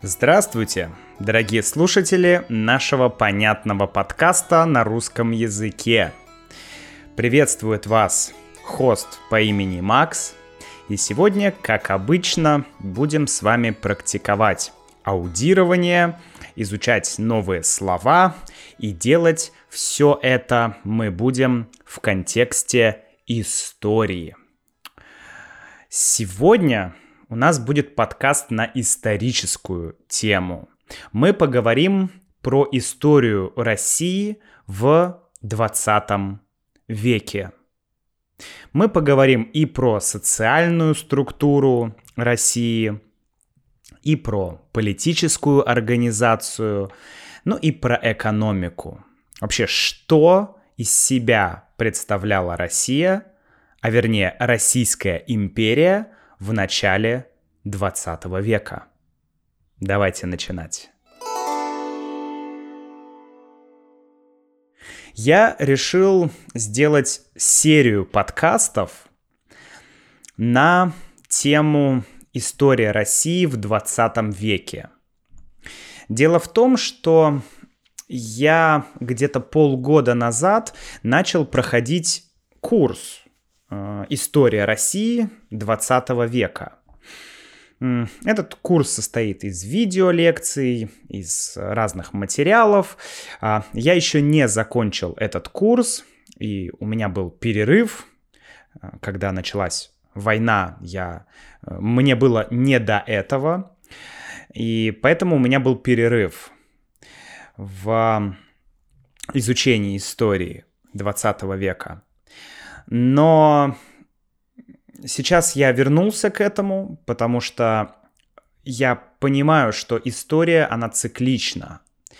Здравствуйте, дорогие слушатели нашего понятного подкаста на русском языке. Приветствует вас хост по имени Макс. И сегодня, как обычно, будем с вами практиковать аудирование, изучать новые слова и делать все это мы будем в контексте истории. Сегодня у нас будет подкаст на историческую тему. Мы поговорим про историю России в 20 веке. Мы поговорим и про социальную структуру России, и про политическую организацию, ну и про экономику. Вообще, что из себя представляла Россия, а вернее Российская империя в начале 20 века. Давайте начинать. Я решил сделать серию подкастов на тему «История России в 20 веке». Дело в том, что я где-то полгода назад начал проходить курс «История России 20 века». Этот курс состоит из видеолекций, из разных материалов. Я еще не закончил этот курс, и у меня был перерыв. Когда началась война, мне было не до этого, и поэтому у меня был перерыв в изучении истории 20 века. Но сейчас я вернулся к этому, потому что я понимаю, что история, она циклична.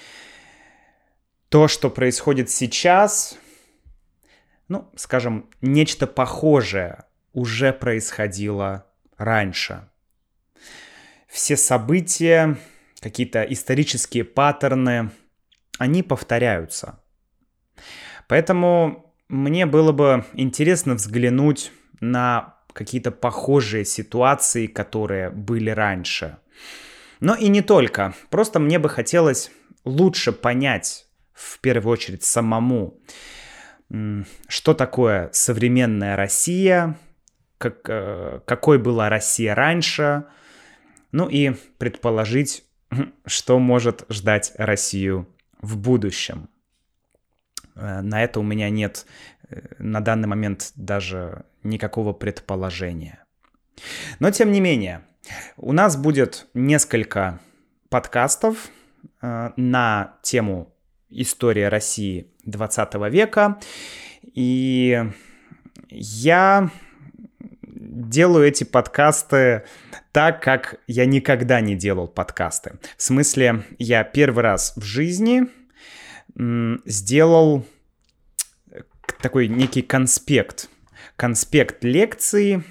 То, что происходит сейчас, скажем, нечто похожее уже происходило раньше. Все события, какие-то исторические паттерны, они повторяются. Поэтому мне было бы интересно взглянуть на какие-то похожие ситуации, которые были раньше. Но и не только. Просто мне бы хотелось лучше понять, в первую очередь, самому, что такое современная Россия, какой была Россия раньше, и предположить, что может ждать Россию в будущем. На это у меня нет на данный момент даже никакого предположения. Но тем не менее, у нас будет несколько подкастов на тему «История России 20 века». И я делаю эти подкасты так, как я никогда не делал подкасты. В смысле, я первый раз в жизни сделал такой некий конспект лекции,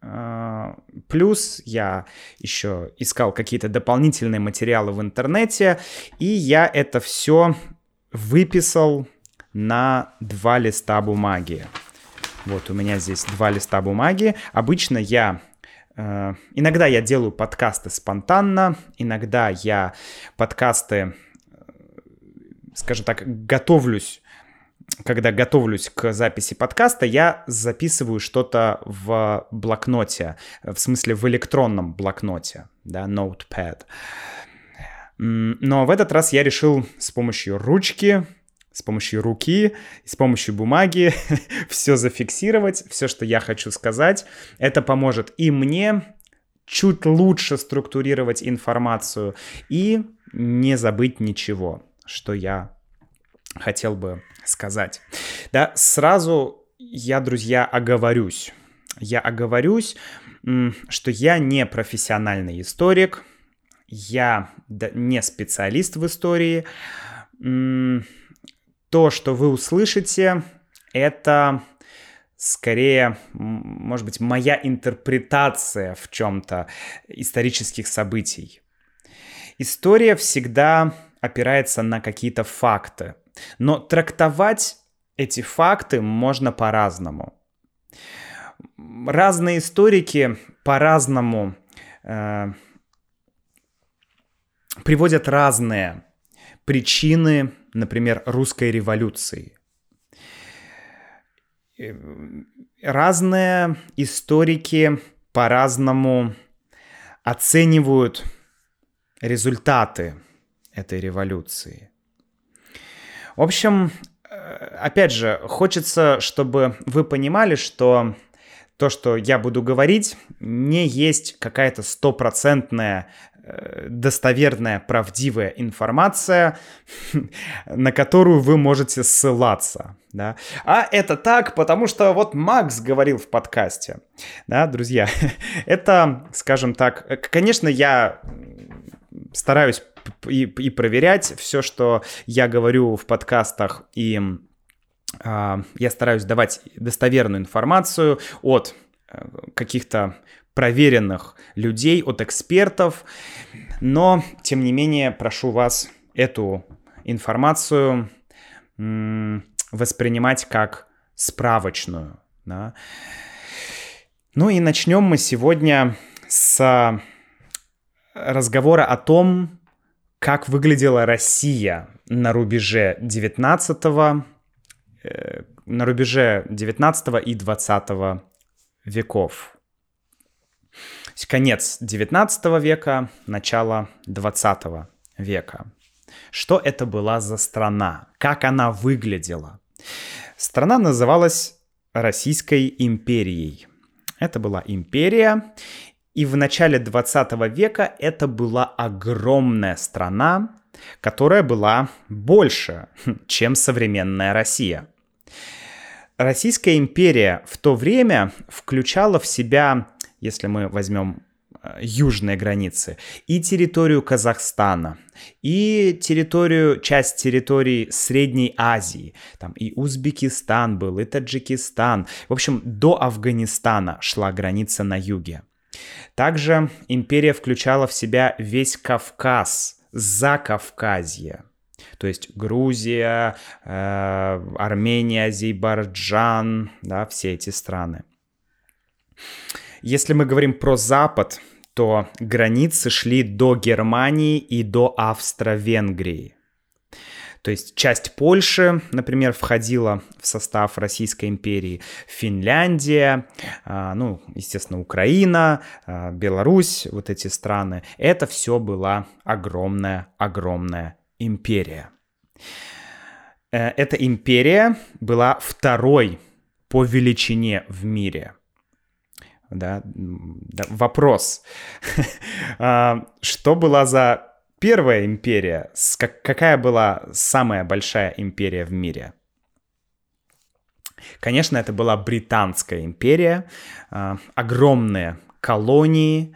плюс я еще искал какие-то дополнительные материалы в интернете, и я это все выписал на 2 листа бумаги. Вот у меня здесь 2 листа бумаги. Обычно иногда я делаю подкасты спонтанно, иногда я подкасты, скажем так, когда готовлюсь к записи подкаста, я записываю что-то в блокноте, в смысле в электронном блокноте, да, Notepad. Но в этот раз я решил с помощью ручки, с помощью руки, с помощью бумаги все зафиксировать, все, что я хочу сказать. Это поможет и мне чуть лучше структурировать информацию и не забыть ничего, что я хотел бы сказать. Да, сразу я, друзья, оговорюсь. Что я не профессиональный историк, я не специалист в истории. То, что вы услышите, это скорее, может быть, моя интерпретация в чем-то исторических событий. История всегда опирается на какие-то факты. Но трактовать эти факты можно по-разному. Разные историки по-разному приводят разные причины, например, русской революции. Разные историки по-разному оценивают результаты этой революции. В общем, опять же, хочется, чтобы вы понимали, что то, что я буду говорить, не есть какая-то стопроцентная, достоверная, правдивая информация, на которую вы можете ссылаться. Да? А это так, потому что вот Макс говорил в подкасте. Да, друзья, это, скажем так, конечно, я стараюсь и проверять все, что я говорю в подкастах, и я стараюсь давать достоверную информацию от каких-то проверенных людей, от экспертов, но, тем не менее, прошу вас эту информацию воспринимать как справочную. Да? Ну и начнем мы сегодня с разговора о том, как выглядела Россия на рубеже 19 и 20 веков. Конец 19 века, начало 20 века. Что это была за страна? Как она выглядела? Страна называлась Российской империей. Это была империя, и в начале 20 века это была огромная страна, которая была больше, чем современная Россия. Российская империя в то время включала в себя, если мы возьмем южные границы, и территорию Казахстана, и часть территории Средней Азии. Там и Узбекистан был, и Таджикистан. В общем, до Афганистана шла граница на юге. Также империя включала в себя весь Кавказ, Закавказье. То есть Грузия, Армения, Азербайджан, да, все эти страны. Если мы говорим про Запад, то границы шли до Германии и до Австро-Венгрии. То есть часть Польши, например, входила в состав Российской империи, Финляндия, естественно, Украина, Беларусь, вот эти страны. Это все была огромная империя. Эта империя была второй по величине в мире. Да, вопрос. Что была за первая империя? Какая была самая большая империя в мире? Конечно, это была Британская империя. Огромные колонии,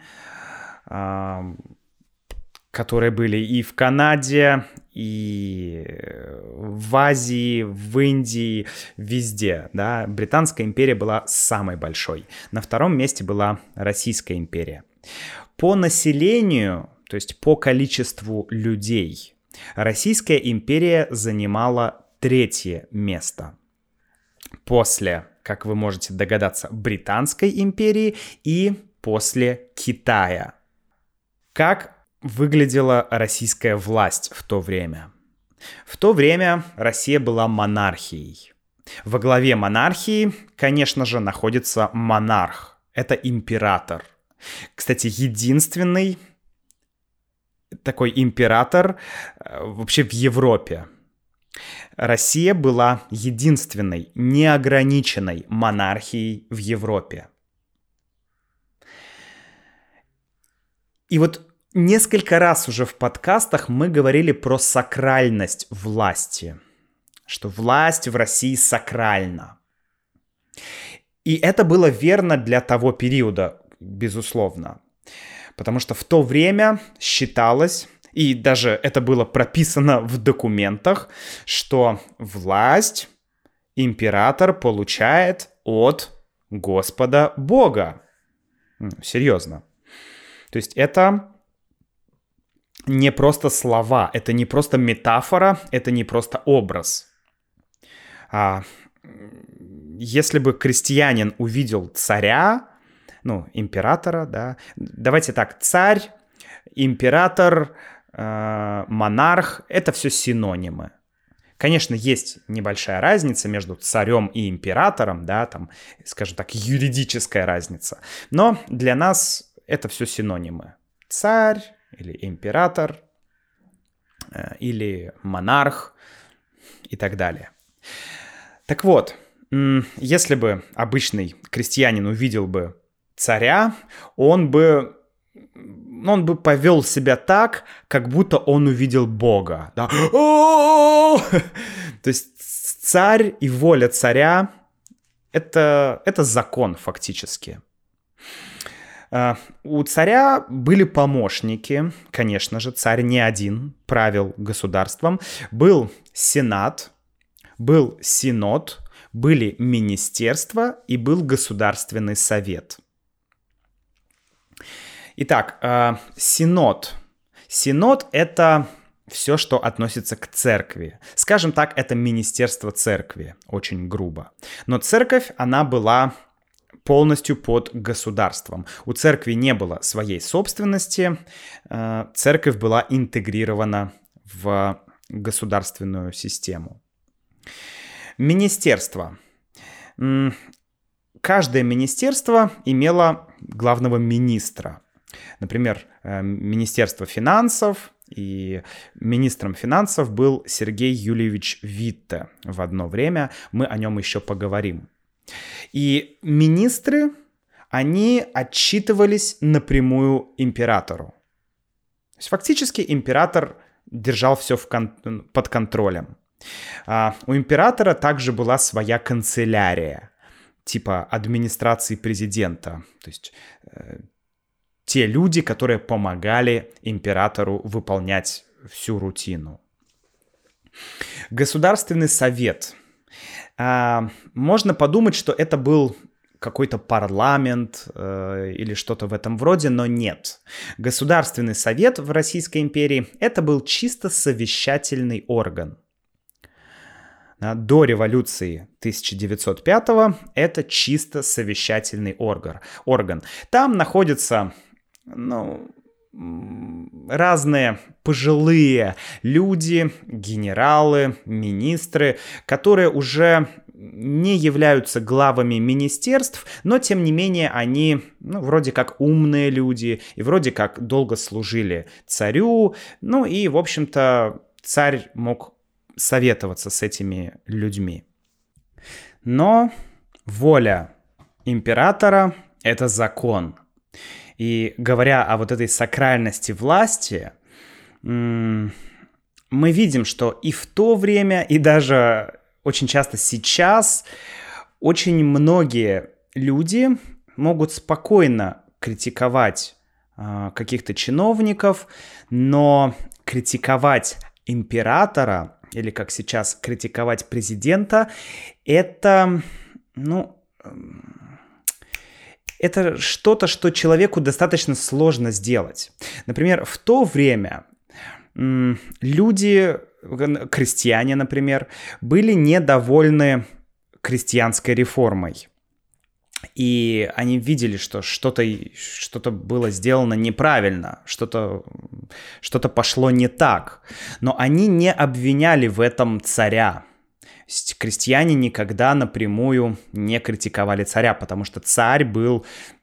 которые были и в Канаде, и в Азии, в Индии, везде. Да? Британская империя была самой большой. На втором месте была Российская империя. По населению, то есть по количеству людей, Российская империя занимала третье место. После, как вы можете догадаться, Британской империи и после Китая. Как выглядела российская власть в то время? В то время Россия была монархией. Во главе монархии, конечно же, находится монарх. Это император. Кстати, единственный такой император вообще в Европе. Россия была единственной неограниченной монархией в Европе. И вот несколько раз уже в подкастах мы говорили про сакральность власти, что власть в России сакральна. И это было верно для того периода, безусловно. Потому что в то время считалось, и даже это было прописано в документах, что власть император получает от Господа Бога. Серьезно. То есть это не просто слова, это не просто метафора, это не просто образ. Если бы крестьянин увидел царя, императора, да, давайте так, царь, император, монарх — это все синонимы. Конечно, есть небольшая разница между царем и императором, да, там, скажем так, юридическая разница. Но для нас это все синонимы. Царь или император, или монарх и так далее. Так вот, если бы обычный крестьянин увидел бы царя, он бы повел себя так, как будто он увидел Бога. Да? То есть царь и воля царя — это закон фактически. У царя были помощники, конечно же, царь не один правил государством. Был сенат, был синод, были министерства и был Государственный совет. Итак, синод. Синод — это все, что относится к церкви. Скажем так, это министерство церкви, очень грубо. Но церковь, она была полностью под государством. У церкви не было своей собственности, церковь была интегрирована в государственную систему. Министерство. Каждое министерство имело главного министра. Например, Министерство финансов, и министром финансов был Сергей Юльевич Витте в одно время. Мы о нем еще поговорим. И министры, они отчитывались напрямую императору. То есть фактически император держал все под контролем. У императора также была своя канцелярия, типа администрации президента. То есть те люди, которые помогали императору выполнять всю рутину. Государственный совет. Можно подумать, что это был какой-то парламент или что-то в этом роде, но нет. Государственный совет в Российской империи — это был чисто совещательный орган. До революции 1905-го это чисто совещательный орган. Там находятся разные пожилые люди, генералы, министры, которые уже не являются главами министерств, но тем не менее они вроде как умные люди и вроде как долго служили царю. И, в общем-то, царь мог советоваться с этими людьми. Но воля императора — это закон. И говоря о вот этой сакральности власти, мы видим, что и в то время, и даже очень часто сейчас очень многие люди могут спокойно критиковать каких-то чиновников, но критиковать императора или, как сейчас, критиковать президента, это что-то, что человеку достаточно сложно сделать. Например, в то время люди, крестьяне, например, были недовольны крестьянской реформой. И они видели, что что-то было сделано неправильно, что-то пошло не так. Но они не обвиняли в этом царя. Крестьяне никогда напрямую не критиковали царя, потому что царь был,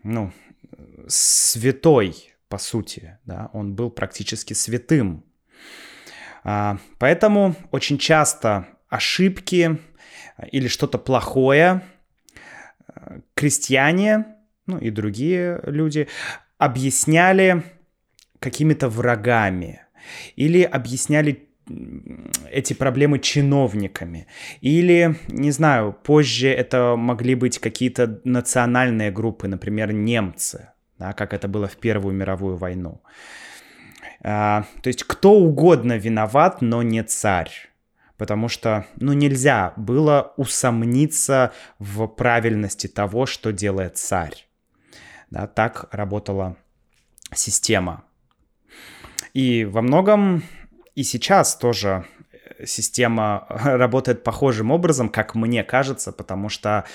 святой, по сути, да? Он был практически святым. Поэтому очень часто ошибки или что-то плохое крестьяне, и другие люди объясняли какими-то врагами или объясняли эти проблемы чиновниками. Или, не знаю, позже это могли быть какие-то национальные группы, например, немцы, да, как это было в Первую мировую войну. То есть кто угодно виноват, но не царь. Потому что, нельзя было усомниться в правильности того, что делает царь. Да, так работала система. И во многом и сейчас тоже система работает похожим образом, как мне кажется, потому что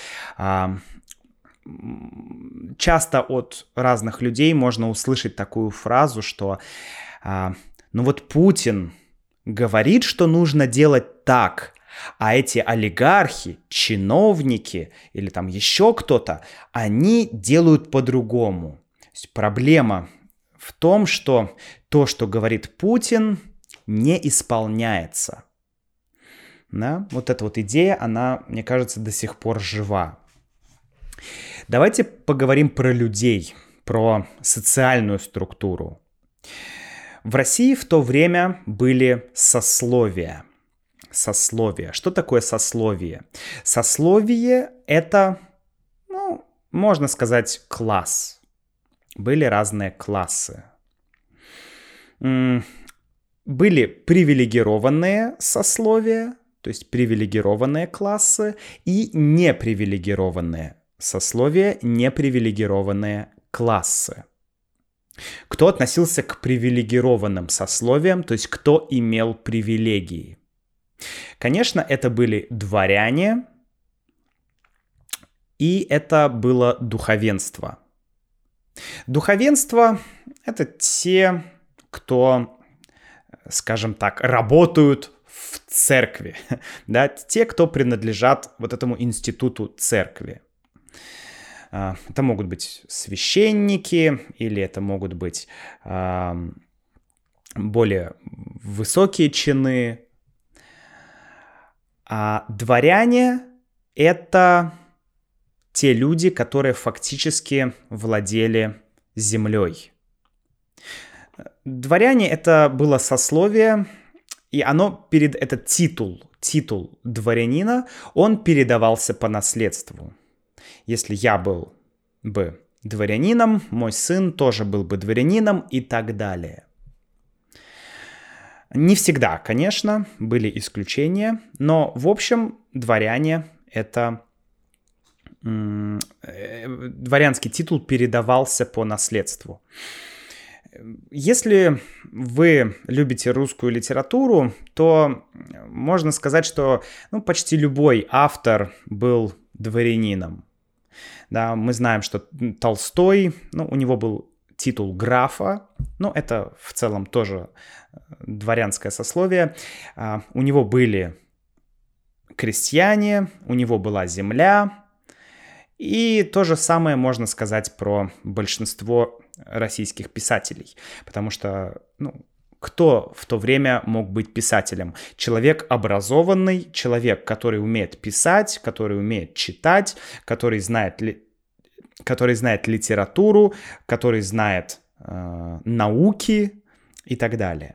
часто от разных людей можно услышать такую фразу, что Но вот Путин говорит, что нужно делать так, а эти олигархи, чиновники или там еще кто-то, они делают по-другому. То есть проблема в том, что то, что говорит Путин, не исполняется. Да? Вот эта вот идея, она, мне кажется, до сих пор жива. Давайте поговорим про людей, про социальную структуру. В России в то время были сословия. Сословие. Что такое сословие? Сословие — это, можно сказать, класс. Были разные классы. Были привилегированные сословия, то есть привилегированные классы, и непривилегированные сословия, непривилегированные классы. Кто относился к привилегированным сословиям, то есть кто имел привилегии? Конечно, это были дворяне, и это было духовенство. Духовенство — это те, кто, скажем так, работают в церкви, да, те, кто принадлежат вот этому институту церкви. Это могут быть священники, или это могут быть более высокие чины. А дворяне — это те люди, которые фактически владели землей. Дворяне — это было сословие, и этот титул дворянина, он передавался по наследству. Если я был бы дворянином, мой сын тоже был бы дворянином и так далее. Не всегда, конечно, были исключения, но в общем дворяне — это дворянский титул передавался по наследству. Если вы любите русскую литературу, то можно сказать, что почти любой автор был дворянином. Да, мы знаем, что Толстой, у него был титул графа, это в целом тоже дворянское сословие. У него были крестьяне, у него была земля. И то же самое можно сказать про большинство российских писателей. Потому что, кто в то время мог быть писателем? Человек образованный, человек, который умеет писать, который умеет читать, который знает литературу, который знает науки и так далее.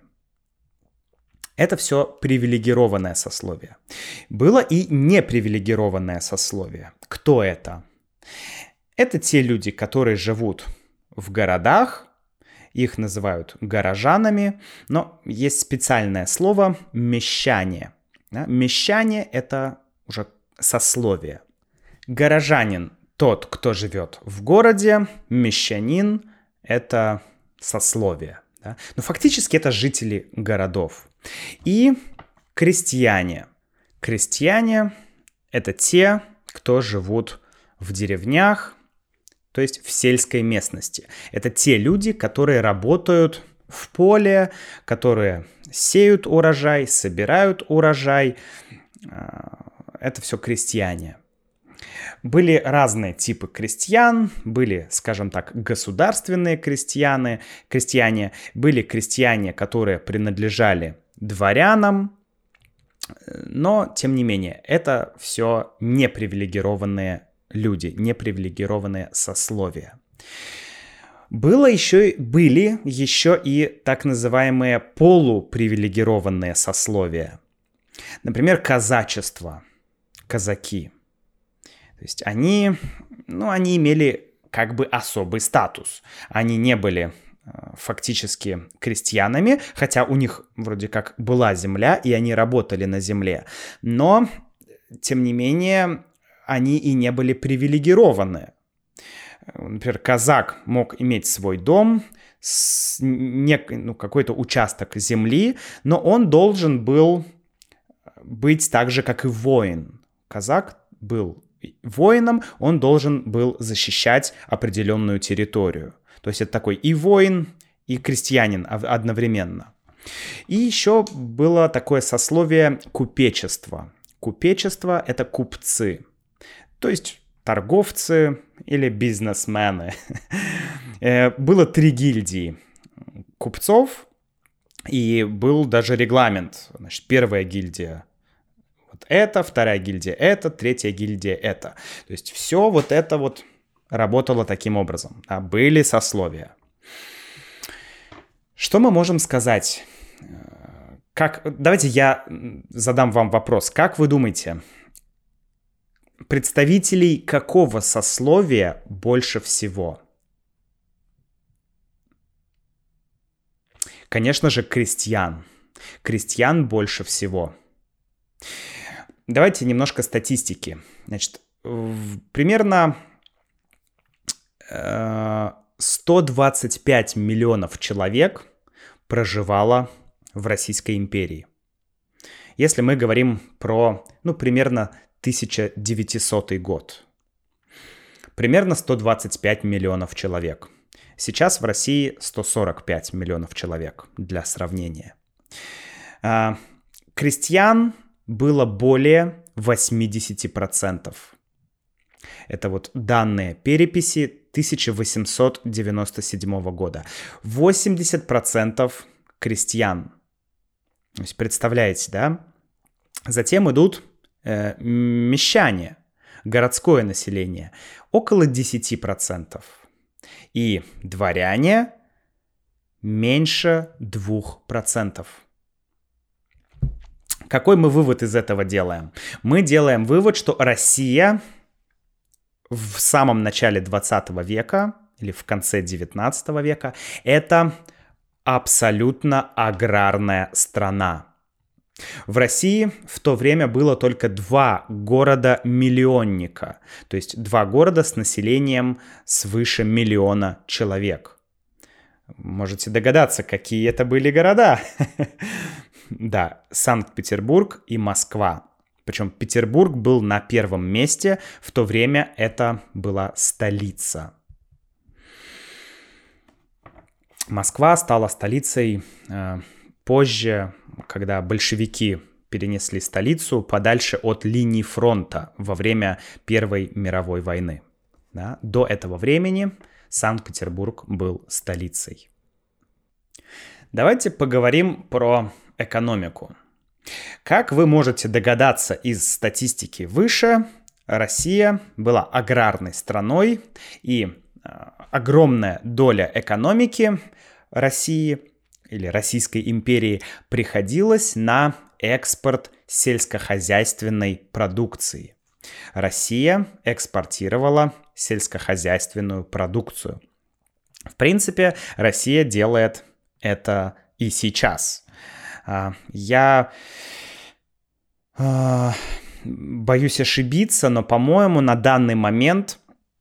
Это все привилегированное сословие. Было и непривилегированное сословие. Кто это? Это те люди, которые живут в городах, их называют горожанами, но есть специальное слово «мещане». Да? Мещане — это уже сословие. Горожанин — тот, кто живет в городе, мещанин — это сословие. Да? Но фактически это жители городов. И крестьяне. Крестьяне — это те, кто живут в деревнях, то есть в сельской местности. Это те люди, которые работают в поле, которые сеют урожай, собирают урожай. Это все крестьяне. Были разные типы крестьян, были, скажем так, государственные крестьяне, были крестьяне, которые принадлежали дворянам, но, тем не менее, это все непривилегированные люди, непривилегированные сословия. Были еще и так называемые полупривилегированные сословия. Например, казачество, казаки. То есть они имели как бы особый статус. Они не были фактически крестьянами, хотя у них вроде как была земля, и они работали на земле. Но, тем не менее, они и не были привилегированы. Например, казак мог иметь свой дом, какой-то участок земли, но он должен был быть так же, как и воин. Казак был воином, он должен был защищать определенную территорию. То есть это такой и воин, и крестьянин одновременно. И еще было такое сословие купечество. Купечество — это купцы, то есть торговцы или бизнесмены. Было 3 гильдии купцов, и был даже регламент. Значит, первая гильдия — вот это, вторая гильдия — это, третья гильдия — это. То есть все вот это вот работало таким образом. Были сословия. Что мы можем сказать? Давайте я задам вам вопрос. Как вы думаете, представителей какого сословия больше всего? Конечно же, крестьян. Крестьян больше всего. Давайте немножко статистики. Значит, примерно 125 миллионов человек проживало в Российской империи. Если мы говорим про, примерно 1900 год. Примерно 125 миллионов человек. Сейчас в России 145 миллионов человек, для сравнения. Крестьян было более 80%. Это вот данные переписи 1897 года. 80% крестьян. То есть, представляете, да? Затем идут мещане, городское население, около 10%. И дворяне меньше 2%. Какой мы вывод из этого делаем? Мы делаем вывод, что Россия в самом начале 20 века или в конце 19 века это абсолютно аграрная страна. В России в то время было только 2 города-миллионника, то есть 2 города с населением свыше 1 миллиона человек. Можете догадаться, какие это были города? Да, Санкт-Петербург и Москва. Причем Петербург был на первом месте, в то время это была столица. Москва стала столицей позже, когда большевики перенесли столицу подальше от линии фронта во время Первой мировой войны. Да? До этого времени Санкт-Петербург был столицей. Давайте поговорим про экономику. Как вы можете догадаться из статистики выше, Россия была аграрной страной, и огромная доля экономики России или Российской империи приходилась на экспорт сельскохозяйственной продукции. Россия экспортировала сельскохозяйственную продукцию. В принципе, Россия делает это и сейчас. Я боюсь ошибиться, но, по-моему, на данный момент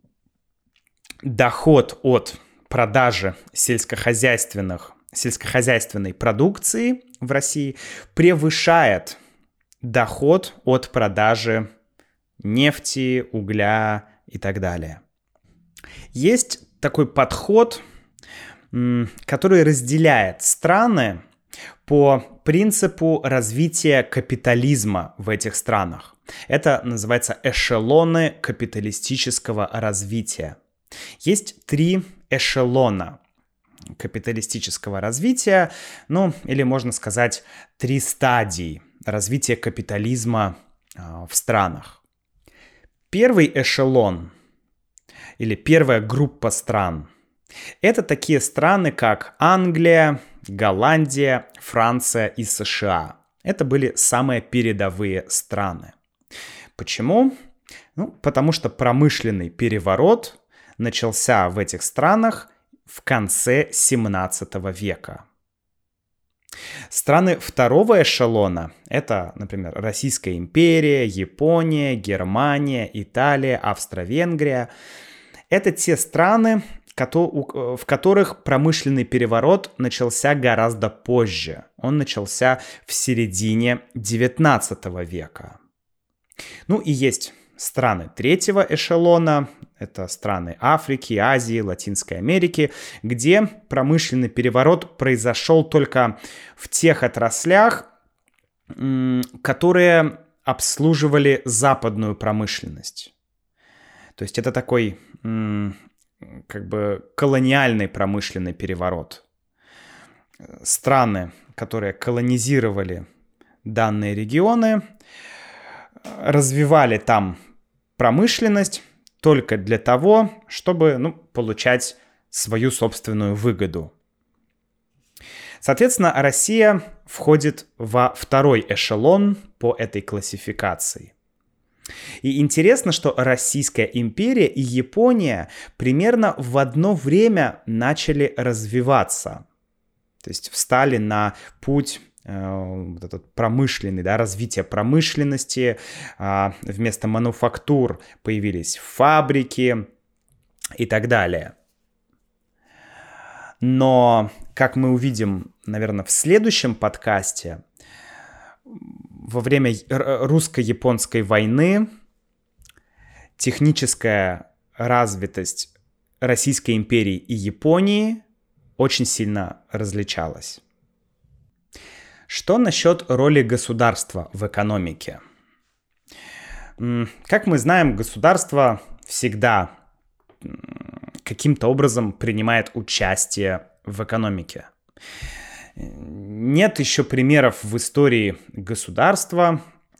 доход от продажи сельскохозяйственной продукции в России превышает доход от продажи нефти, угля и так далее. Есть такой подход, который разделяет страны по принципу развития капитализма в этих странах. Это называется эшелоны капиталистического развития. Есть 3 эшелона капиталистического развития, или можно сказать 3 стадии развития капитализма в странах. Первый эшелон или первая группа стран — это такие страны, как Англия, Голландия, Франция и США. Это были самые передовые страны. Почему? Потому что промышленный переворот начался в этих странах в конце 17 века. Страны второго эшелона — это, например, Российская империя, Япония, Германия, Италия, Австро-Венгрия. Это те страны, в которых промышленный переворот начался гораздо позже. Он начался в середине 19 века. И есть страны третьего эшелона, это страны Африки, Азии, Латинской Америки, где промышленный переворот произошел только в тех отраслях, которые обслуживали западную промышленность. То есть это такой как бы колониальный промышленный переворот. Страны, которые колонизировали данные регионы, развивали там промышленность только для того, чтобы получать свою собственную выгоду. Соответственно, Россия входит во второй эшелон по этой классификации. И интересно, что Российская империя и Япония примерно в одно время начали развиваться. То есть встали на путь вот этот промышленный, развитие промышленности. Вместо мануфактур появились фабрики и так далее. Но, как мы увидим, наверное, в следующем подкасте, во время русско-японской войны техническая развитость Российской империи и Японии очень сильно различалась. Что насчет роли государства в экономике? Как мы знаем, государство всегда каким-то образом принимает участие в экономике. Нет еще примеров в истории государства,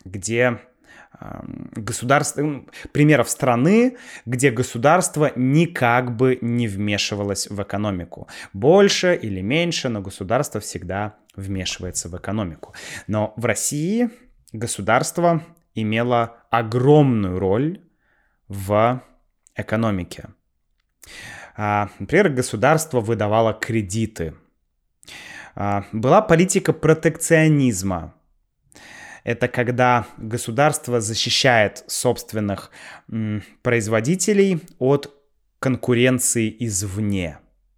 примеров страны, где государство никак бы не вмешивалось в экономику. Больше или меньше, но государство всегда вмешивается в экономику. Но в России государство имело огромную роль в экономике. Например, государство выдавало кредиты. Была политика протекционизма. Это когда государство защищает собственных производителей от конкуренции извне.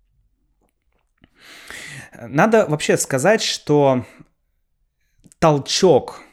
Надо вообще сказать, что толчок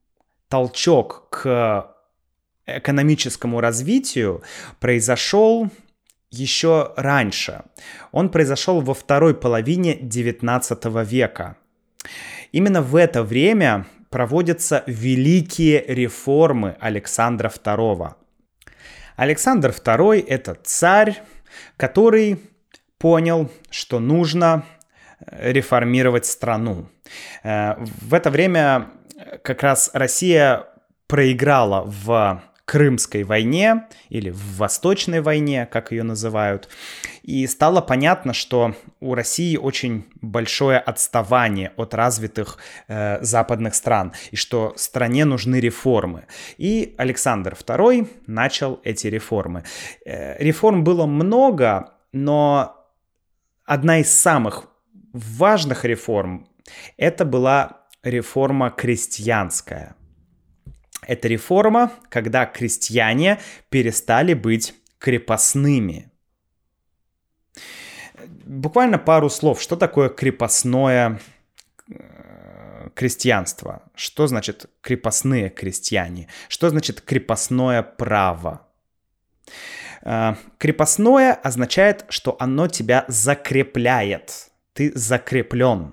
к экономическому развитию произошел еще раньше. Он произошел во второй половине XIX века. Именно в это время проводятся великие реформы Александра II. Александр II — это царь, который понял, что нужно реформировать страну. В это время как раз Россия проиграла в Крымской войне или в Восточной войне, как ее называют, и стало понятно, что у России очень большое отставание от развитых западных стран, и что стране нужны реформы. И Александр II начал эти реформы. Реформ было много, но одна из самых важных реформ — это была реформа крестьянская. Это реформа, когда крестьяне перестали быть крепостными. Буквально пару слов. Что такое крепостное крестьянство? Что значит крепостные крестьяне? Что значит крепостное право? Крепостное означает, что оно тебя закрепляет. Ты закреплен.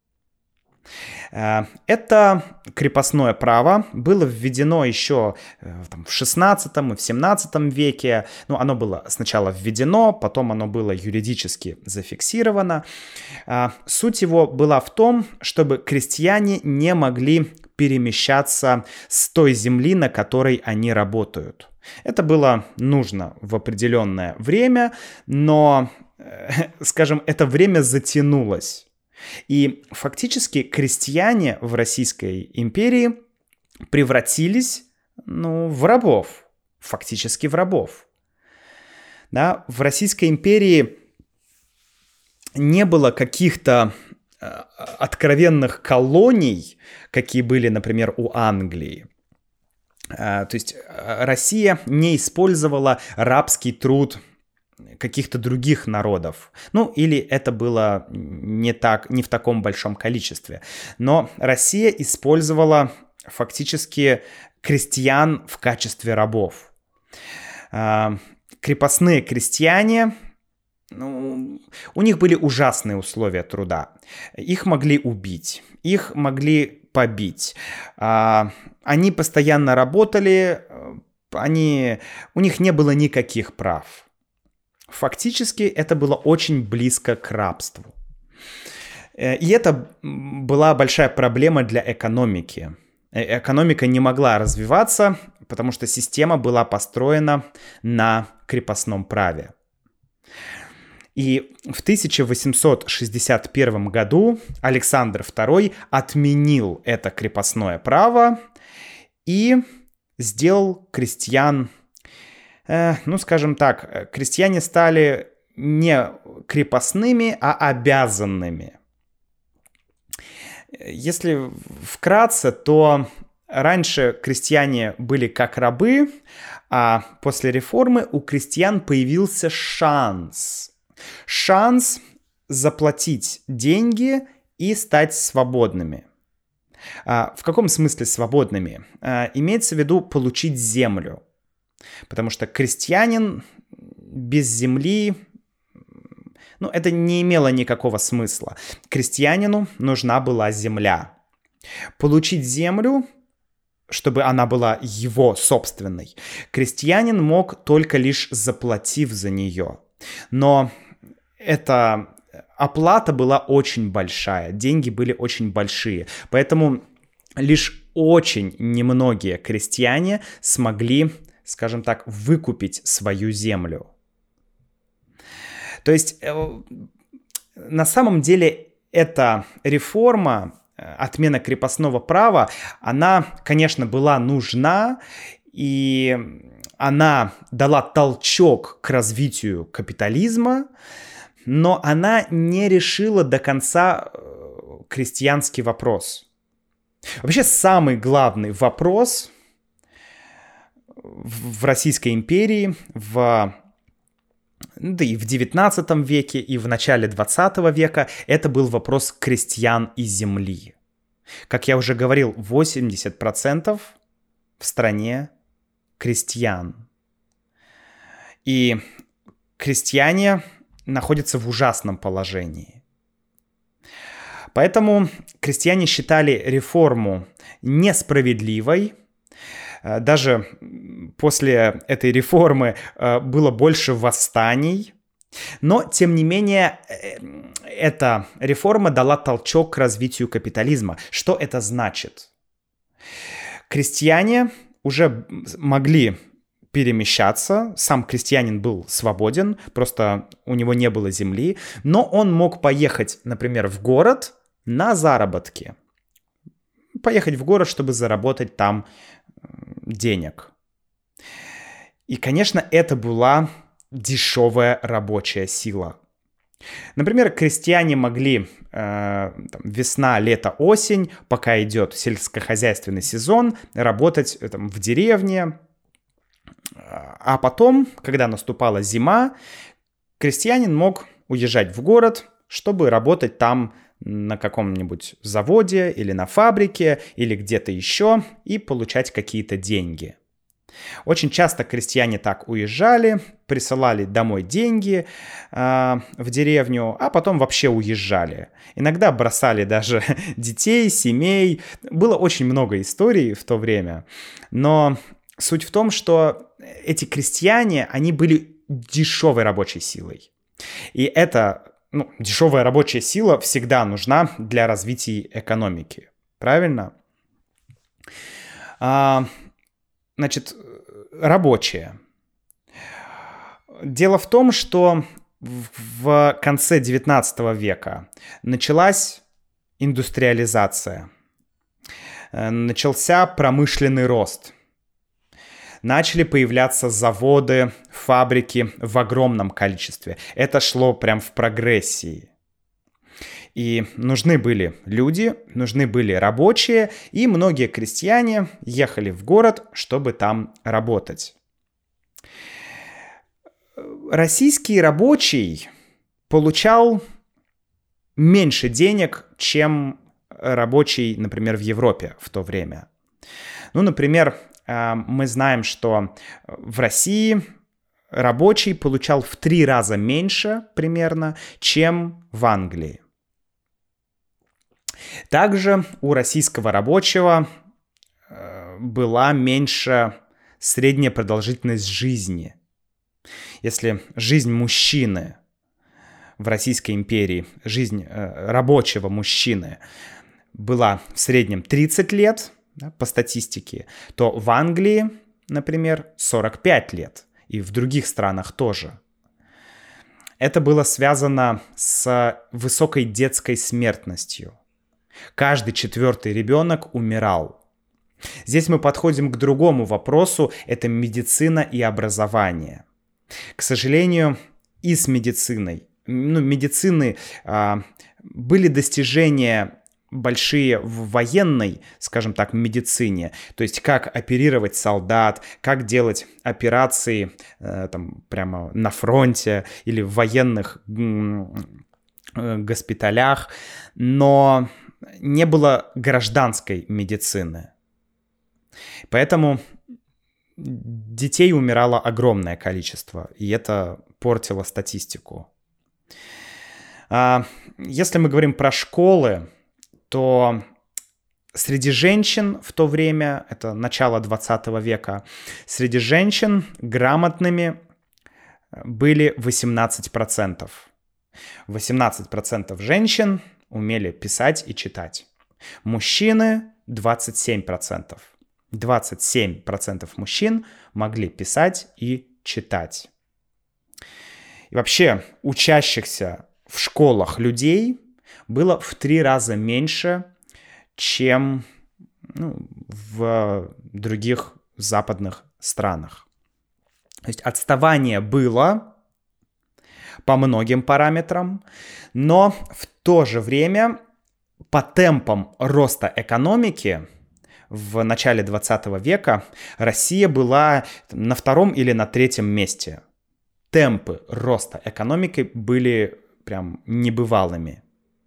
Это крепостное право было введено еще в 16 и в 17 веке. Оно было сначала введено, потом оно было юридически зафиксировано. Суть его была в том, чтобы крестьяне не могли перемещаться с той земли, на которой они работают. Это было нужно в определенное время, но, скажем, это время затянулось. И фактически крестьяне в Российской империи превратились, в рабов. Фактически в рабов. Да? В Российской империи не было каких-то откровенных колоний, какие были, например, у Англии. То есть Россия не использовала рабский труд каких-то других народов. Или это было не в таком большом количестве. Но Россия использовала фактически крестьян в качестве рабов. Крепостные крестьяне, у них были ужасные условия труда. Их могли убить, их могли побить. Они постоянно работали, у них не было никаких прав. Фактически это было очень близко к рабству. И это была большая проблема для экономики. Экономика не могла развиваться, потому что система была построена на крепостном праве. И в 1861 году Александр II отменил это крепостное право и сделал крестьян, скажем так, крестьяне стали не крепостными, а обязанными. Если вкратце, то раньше крестьяне были как рабы, а после реформы у крестьян появился шанс заплатить деньги и стать свободными. В каком смысле свободными? Имеется в виду получить землю. Потому что крестьянин без земли, это не имело никакого смысла. Крестьянину нужна была земля. Получить землю, чтобы она была его собственной, крестьянин мог только лишь заплатив за нее. Но эта оплата была очень большая, деньги были очень большие, поэтому лишь очень немногие крестьяне смогли, скажем так, выкупить свою землю. То есть на самом деле эта реформа, отмена крепостного права, она, конечно, была нужна, и она дала толчок к развитию капитализма, но она не решила до конца крестьянский вопрос. Вообще самый главный вопрос в Российской империи да и в 19 веке, и в начале 20 века это был вопрос крестьян и земли. Как я уже говорил, 80% в стране крестьян. И крестьяне находятся в ужасном положении. Поэтому крестьяне считали реформу несправедливой. Даже после этой реформы было больше восстаний. Но, тем не менее, эта реформа дала толчок к развитию капитализма. Что это значит? Крестьяне уже могли перемещаться, сам крестьянин был свободен, просто у него не было земли, но он мог поехать, например, в город на заработки. Поехать в город, чтобы заработать там денег. И, конечно, это была дешевая рабочая сила. Например, крестьяне могли весна, лето, осень, пока идет сельскохозяйственный сезон, работать в деревне. А потом, когда наступала зима, крестьянин мог уезжать в город, чтобы работать там на каком-нибудь заводе или на фабрике или где-то еще и получать какие-то деньги. Очень часто крестьяне так уезжали, присылали домой деньги в деревню, а потом вообще уезжали. Иногда бросали даже детей, семей. Было очень много историй в то время. Но суть в том, что эти крестьяне, они были дешевой рабочей силой. И эта дешевая рабочая сила всегда нужна для развития экономики. Правильно? Значит, рабочие. Дело в том, что в конце 19 века началась индустриализация. Начался промышленный рост. Начали появляться заводы, фабрики в огромном количестве. Это шло прям в прогрессии. И нужны были люди, нужны были рабочие, и многие крестьяне ехали в город, чтобы там работать. Российский рабочий получал меньше денег, чем рабочий, например, в Европе в то время. Ну, например, мы знаем, что в России рабочий получал в 3 раза меньше примерно, чем в Англии. Также у российского рабочего была меньше средняя продолжительность жизни. Если жизнь мужчины в Российской империи, жизнь рабочего мужчины была в среднем 30 лет, да, по статистике, то в Англии, например, 45 лет. И в других странах тоже. Это было связано с высокой детской смертностью. Каждый 4-й ребенок умирал. Здесь мы подходим к другому вопросу, это медицина и образование. К сожалению, и с медицины были достижения большие в военной, скажем так, медицине, то есть как оперировать солдат, как делать операции там, прямо на фронте или в военных госпиталях, но не было гражданской медицины. Поэтому детей умирало огромное количество, и это портило статистику. Если мы говорим про школы, то среди женщин в то время, это начало 20 века, среди женщин грамотными были 18%. 18% женщин умели писать и читать. Мужчины 27%. 27% мужчин могли писать и читать. И вообще учащихся в школах людей было в 3 раза меньше, чем в других западных странах. То есть отставание было по многим параметрам, но в то же время по темпам роста экономики в начале 20 века Россия была на 2-м или на 3-м месте. Темпы роста экономики были прям небывалыми.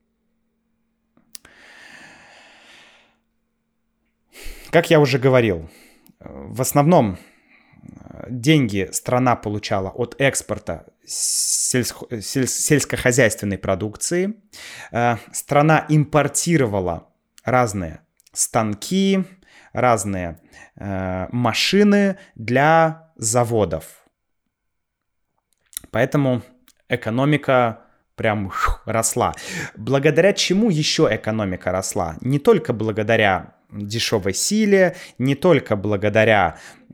Как я уже говорил, в основном деньги страна получала от экспорта сельскохозяйственной продукции. Страна импортировала разные станки, разные машины для заводов. Поэтому экономика прям росла. Благодаря чему еще экономика росла? Не только благодаря дешевой силе, не только благодаря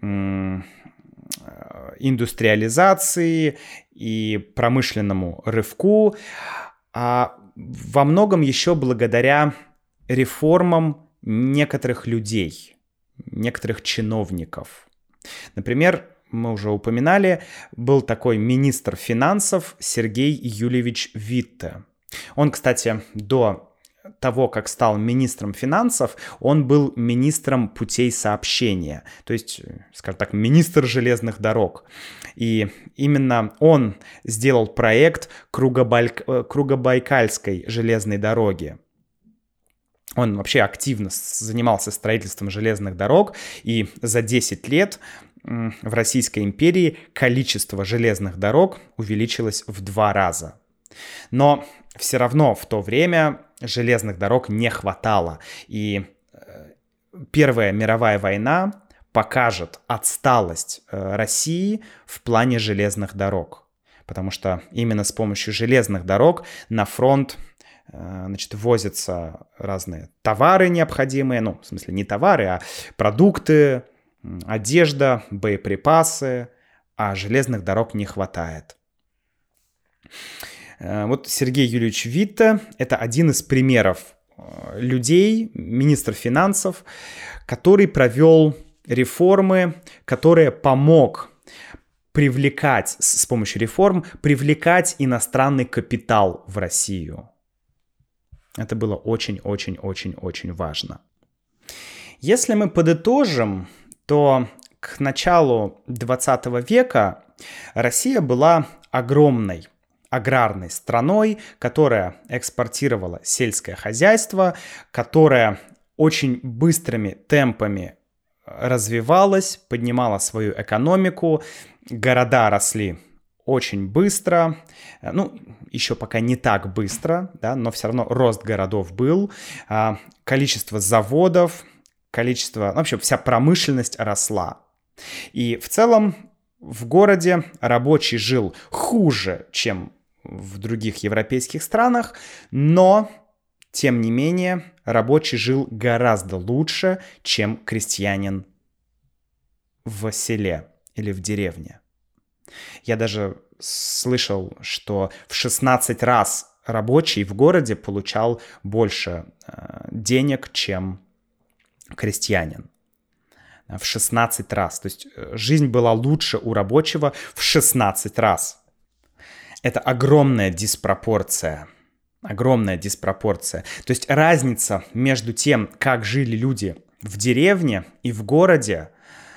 индустриализации и промышленному рывку, а во многом еще благодаря реформам некоторых людей, некоторых чиновников. Например, мы уже упоминали, был такой министр финансов Сергей Юльевич Витте. Он, кстати, до того, как стал министром финансов, он был министром путей сообщения, то есть, скажем так, министр железных дорог. И именно он сделал проект Кругобайкальской железной дороги. Он вообще активно занимался строительством железных дорог, и за 10 лет в Российской империи количество железных дорог увеличилось в 2 раза. Но все равно в то время железных дорог не хватало. И Первая мировая война покажет отсталость России в плане железных дорог. Потому что именно с помощью железных дорог на фронт возятся разные товары необходимые. Ну, в смысле, не товары, а продукты, одежда, боеприпасы. А железных дорог не хватает. Вот Сергей Юльевич Витте — это один из примеров людей, министр финансов, который провел реформы, который помог привлекать, с помощью реформ, привлекать иностранный капитал в Россию. Это было очень-очень-очень-очень важно. Если мы подытожим, то к началу 20 века Россия была огромной аграрной страной, которая экспортировала сельское хозяйство, которая очень быстрыми темпами развивалась, поднимала свою экономику, города росли очень быстро, ну, еще пока не так быстро, да, но все равно рост городов был, количество заводов, вообще вся промышленность росла. И в целом в городе рабочий жил хуже, чем в других европейских странах, но, тем не менее, рабочий жил гораздо лучше, чем крестьянин в селе или в деревне. Я даже слышал, что в 16 раз рабочий в городе получал больше денег, чем крестьянин. В 16 раз. То есть жизнь была лучше у рабочего в 16 раз. Это огромная диспропорция. Огромная диспропорция. То есть разница между тем, как жили люди в деревне и в городе,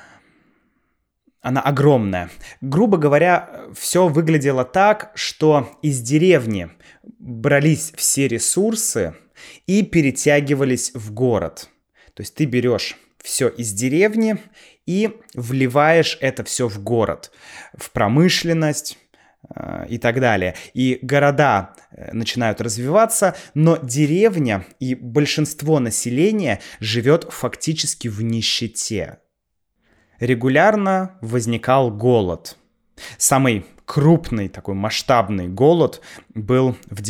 она огромная. Грубо говоря, все выглядело так, что из деревни брались все ресурсы и перетягивались в город. То есть ты берешь все из деревни и вливаешь это все в город, в промышленность и так далее. И города начинают развиваться, но деревня и большинство населения живет фактически в нищете. Регулярно возникал голод. Самый крупный такой масштабный голод был в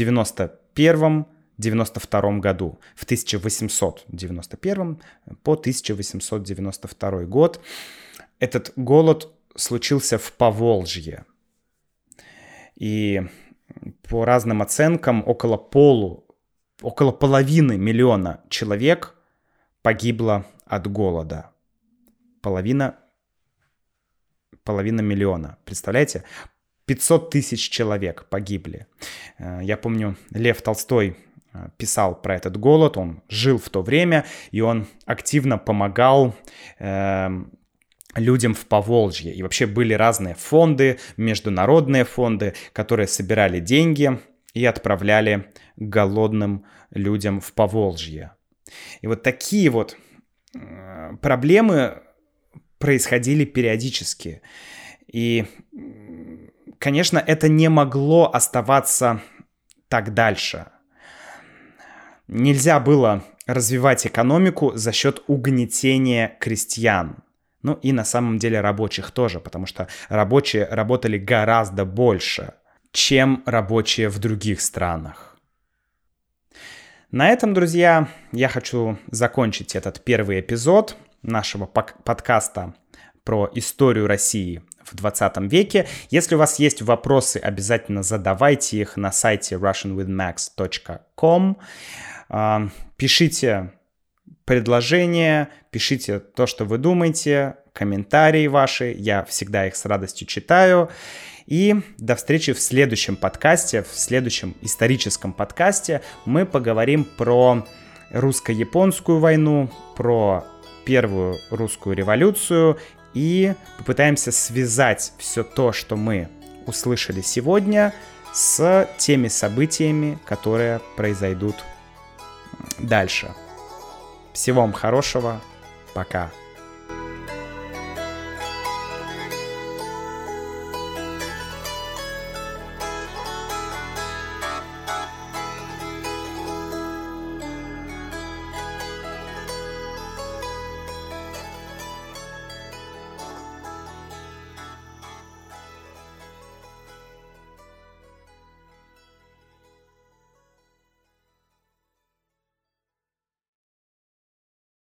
91-92 году, в 1891 по 1892 год. Этот голод случился в Поволжье. И по разным оценкам около половины миллиона человек погибло от голода. Половина миллиона. Представляете? 500 тысяч человек погибли. Я помню, Лев Толстой писал про этот голод, он жил в то время, и он активно помогал людям в Поволжье. И вообще были разные фонды, международные фонды, которые собирали деньги и отправляли голодным людям в Поволжье. И вот такие вот проблемы происходили периодически. И, конечно, это не могло оставаться так дальше. Нельзя было развивать экономику за счет угнетения крестьян. Ну и на самом деле рабочих тоже, потому что рабочие работали гораздо больше, чем рабочие в других странах. На этом, друзья, я хочу закончить этот первый эпизод нашего подкаста про историю России в 20 веке. Если у вас есть вопросы, обязательно задавайте их на сайте russianwithmax.com. Пишите предложения, пишите то, что вы думаете, комментарии ваши. Я всегда их с радостью читаю. И до встречи в следующем подкасте, в следующем историческом подкасте. Мы поговорим про русско-японскую войну, про Первую русскую революцию и попытаемся связать все то, что мы услышали сегодня, с теми событиями, которые произойдут дальше. Всего вам хорошего. Пока.